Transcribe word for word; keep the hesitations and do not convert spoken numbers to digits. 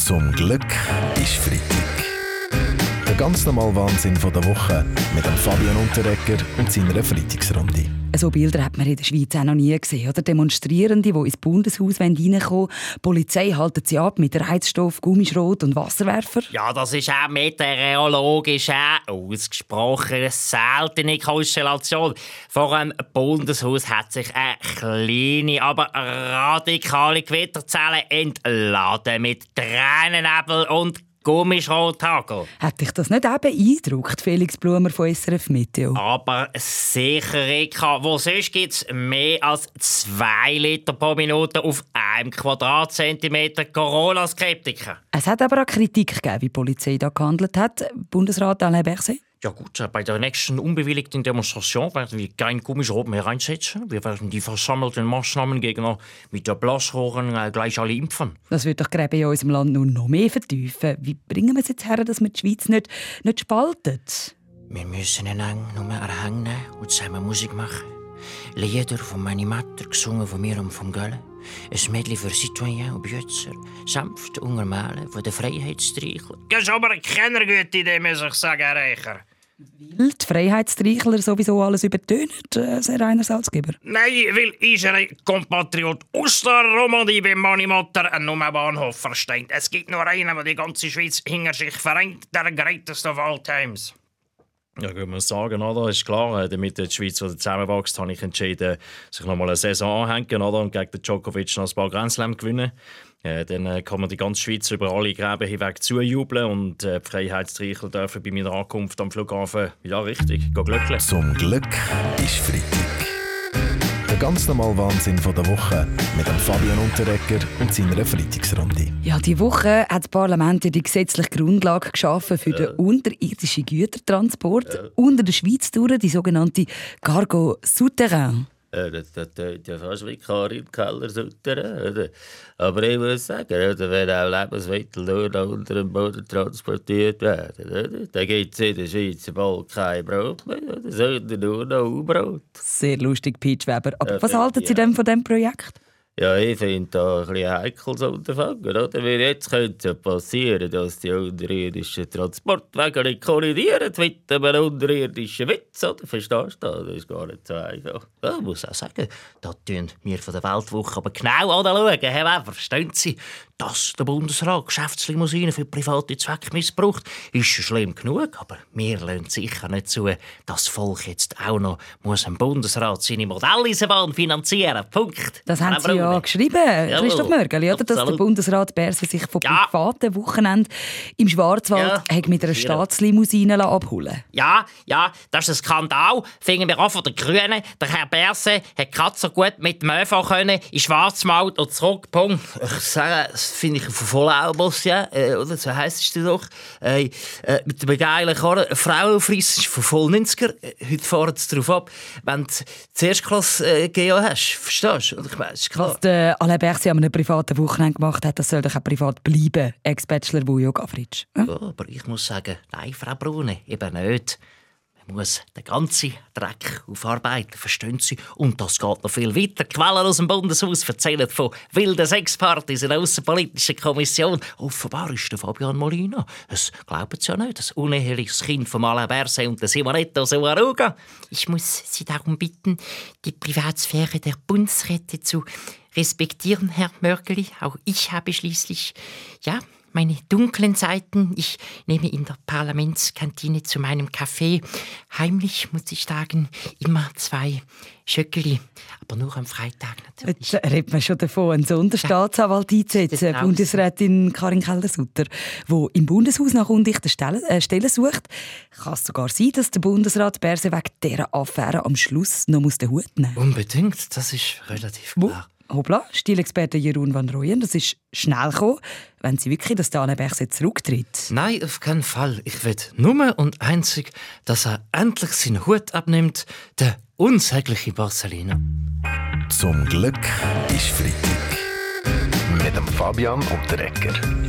Zum Glück ist Freitag. Der ganz normale Wahnsinn von der Woche mit dem Fabian Unterreger und seiner Freitagsrunde. So Bilder hat man in der Schweiz auch noch nie gesehen. Oder? Demonstrierende, die ins Bundeshaus reinkommen wollen. Die Polizei haltet sie ab mit Reizstoff, Gummischrot und Wasserwerfer. Ja, das ist auch meteorologisch auch ausgesprochen eine seltene Konstellation. Vor dem Bundeshaus hat sich eine kleine, aber radikale Gewitterzelle entladen mit Tränennebel und Gummischrothagel. Hat dich das nicht auch beeindruckt, Felix Blumer von S R F Meteo? Aber sicher, Rika. Wo sonst gibt es mehr als zwei Liter pro Minute auf einem Quadratzentimeter Corona-Skeptiker. Es hat aber auch Kritik gegeben, wie die Polizei da gehandelt hat. Bundesrat Alain Berset? Ja gut, bei der nächsten unbewilligten Demonstration werden wir kein Gummischrot mehr einsetzen. Wir werden die versammelten Massnahmengegner mit den Blasrohren gleich alle impfen. Das wird doch gerade in unserem Land nur noch mehr vertiefen. Wie bringen wir es jetzt her, dass wir die Schweiz nicht, nicht spaltet? Wir müssen einander nur erhängen und zusammen Musik machen. Lieder von meiner Mutter, gesungen von mir und vom Göllen. Ein Mädchen für Citoyen und Bützer. Sanft untermalen von den Freiheitsstreichler. Das ist aber keine gute Idee, muss ich sagen, Reicher. Weil die Freiheitsstreichler sowieso alles übertönen, äh, Herr Rainer Salzgeber? Nein, weil unsere Kompatriot aus der Romandie bei meine Mutter einen Bahnhof versteht. Es gibt nur einen, der die ganze Schweiz hinter sich vereint, der greatest of all times. Ja, ich muss sagen, oder? Ist klar, damit die Schweiz wieder zusammenwächst, habe ich entschieden, sich noch mal eine Saison anhängen, oder? Und gegen den Djokovic noch ein paar Grand Slam gewinnen. Ja, dann kann man die ganze Schweiz über alle Gräben hinweg zujubeln und äh, die Freiheitsstreichler dürfen bei meiner Ankunft am Flughafen, ja richtig, glücklich. Zum Glück ist Freitag. Der ganz normale Wahnsinn von der Woche mit dem Fabian Unterreger und seiner Freitagsrunde. Ja, diese Woche hat das Parlament ja die gesetzliche Grundlage geschaffen für den unterirdischen Gütertransport Ja. unter der Schweiz durch, die sogenannte Cargo Souterrain. Ja, das tönt ja fast wie Karin Keller-Sutter, oder? Aber ich muss sagen, oder, wenn auch Lebensmittel nur noch unter dem Boden transportiert werden, oder? Dann gibt es in der Schweiz bald kein Brot mehr, oder? Sondern nur noch U-Brot. Sehr lustig, Peach Weber. Aber Ja, was halten Sie ja. denn von diesem Projekt? Ja, ich finde da ein bisschen heikel so Unterfangen, oder? Weil jetzt könnte es passieren, dass die unterirdischen Transportwege nicht kollidieren mit einem unterirdischen Witz, oder? Verstehst du das? Das ist gar nicht so einfach. Ja, ich muss auch sagen, da tun wir von der Weltwoche aber genau anschauen. Herr Weber, verstehen Sie, dass der Bundesrat Geschäftslimousinen für private Zwecke missbraucht, ist schon schlimm genug. Aber wir lassen sicher nicht zu, dass das Volk jetzt auch noch muss im Bundesrat seine Modelleisenbahn finanzieren muss. Punkt. Das haben Sie ja Bruno. geschrieben, Jawohl. Christoph Mörgeli, oder? Dass der Absolut. Bundesrat Berset sich von Ja. privaten Wochenenden im Schwarzwald Ja. hat mit einer Ja. Staatslimousine abholen. Ja, ja, das ist ein Skandal. Fingen wir an von den Grünen. Der Herr Berset hat gerade so gut mit dem ÖV können, in Schwarzwald und zurück. Punkt. Ich sage, das finde ich voll Albus, ja. Äh, oder so heisst es doch. Äh, äh, mit dem geilen Karren. Frauenfriss ist von voll neunziger. Äh, Heute fahren sie darauf ab, wenn du zuerst Klasse äh, G A hast. Verstehst du? Ich meine, ist klar. Was der Alain Berset an einem privaten Wochenende gemacht hat, das soll doch auch privat bleiben, Ex-Bachelor Vujo Gavric. Ja? Ja, aber ich muss sagen, nein, Frau Brune, eben nicht. Man muss den ganzen Dreck aufarbeiten, verstehen Sie? Und das geht noch viel weiter. Die Quellen aus dem Bundeshaus erzählen von wilden Sexpartys in der Aussenpolitischen Kommission. Offenbar ist der Fabian Molina, es glauben Sie ja nicht, das uneheliches Kind von Alain Berset und der Simonetta Sommaruga. Ich muss Sie darum bitten, die Privatsphäre der Bundesräte zu respektieren, Herr Mörgeli. Auch ich habe schließlich, ja, meine dunklen Seiten. Ich nehme in der Parlamentskantine zu meinem Kaffee heimlich, muss ich sagen, immer zwei Schöckeli. Aber nur am Freitag natürlich. Jetzt redet man schon davon, einen Sonderstaatsanwalt einzusetzen. Das Bundesrätin Karin Keller-Sutter, die im Bundeshaus nach undichten Stellen, äh, Stellen sucht. Kann es sogar sein, dass der Bundesrat Berset wegen dieser Affäre am Schluss noch den Hut nehmen muss? Unbedingt, das ist relativ Wo? klar. Hoppla, Stilexperte Jeroen van Rooyen, das ist schnell gekommen. Wenn Sie wirklich, dass der Alain Berset zurücktritt? Nein, auf keinen Fall. Ich will nur und einzig, dass er endlich seinen Hut abnimmt, der unsägliche Barcelona. Zum Glück ist Freitag. Mit dem Fabian Unterreger.